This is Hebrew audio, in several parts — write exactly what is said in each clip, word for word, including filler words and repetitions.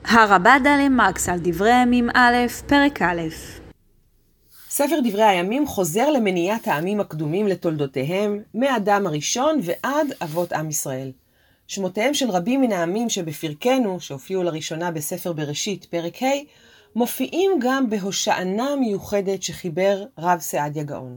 הרבה דלי מקס על דברי הימים א', פרק א'. ספר דברי הימים חוזר למניעת העמים הקדומים לתולדותיהם, מאדם הראשון ועד אבות עם ישראל. שמותיהם של רבים מן העמים שבפרקנו, שהופיעו לראשונה בספר בראשית, פרק ה', מופיעים גם בהושענה מיוחדת שחיבר רב סעדיה גאון.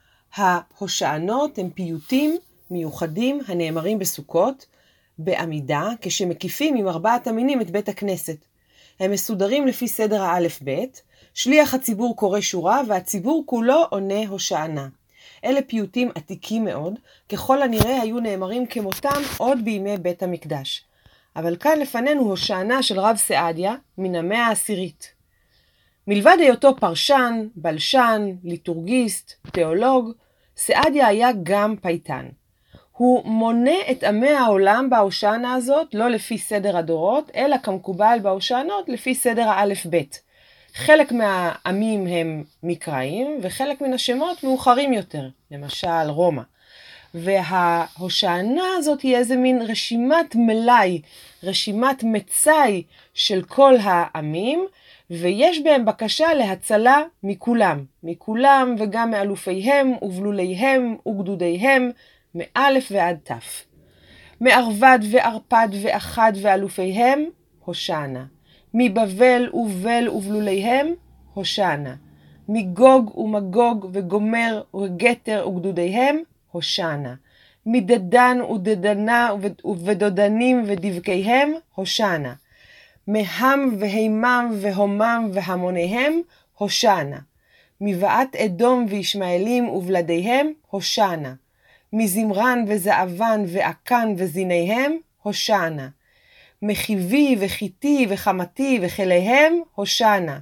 ההושענות הם פיוטים מיוחדים הנאמרים בסוכות, בעמידה, כשמקיפים עם ארבעת המינים את בית הכנסת. הם מסודרים לפי סדר האלף בית, שליח הציבור קורא שורה והציבור כולו עונה הושענה. אלה פיוטים עתיקים מאוד, ככל הנראה היו נאמרים כמותם עוד בימי בית המקדש. אבל כאן לפנינו הושענה של רב סעדיה מן המאה העשירית. מלבד היותו פרשן, בלשן, ליטורגיסט, תיאולוג, סעדיה היה גם פייטן. הוא מונה את עמי העולם בהושענה הזאת, לא לפי סדר הדורות, אלא כמקובל בהושענות לפי סדר האלף בית. חלק מהעמים הם מקראיים, וחלק מן השמות מאוחרים יותר, למשל רומא. וההושענה הזאת היא איזה מין רשימת מלאי, רשימת מצאי של כל העמים, ויש בהם בקשה להצלה מכולם, מכולם וגם מאלופיהם ובלוליהם וגדודיהם, מאלף ועד תף. מערבד וערפד ואחד ואלופיהם, הושענה. מבבל ובל ובלוליהם, הושענה. מגוג ומגוג וגומר וגתר וגדודיהם, הושענה. מדדן ודדנה ודודנים ודבקיהם, הושענה. מהם והימם והומם והמוניהם, הושענה. מבעת אדום וישמעאלים ובלדיהם, הושענה. מזמרן וזעבן ועקן וזיניהם, הושענה. מחיבי וחיתי וחמתי וכליהם, הושענה.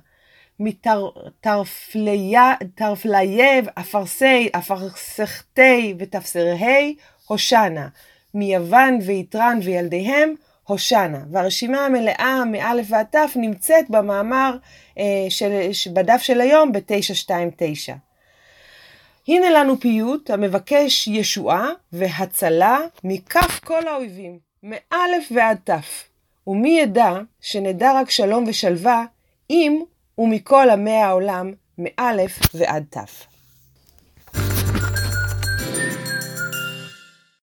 מטרפליה אפרסי אפרסכתי ותפסרהי, הושענה. מיוון ויתרן וילדיהם, הושענה. והרשימה המלאה מאלף ועד תף נמצאת במאמר אה, של, בדף של היום ב-תשע שתיים תשע. הנה לנו פיוט המבקש ישועה והצלה מכף כל האויבים, מאלף ועד תף. ומי ידע שנדע רק שלום ושלווה אם ומכל עמי העולם מאלף ועד תף.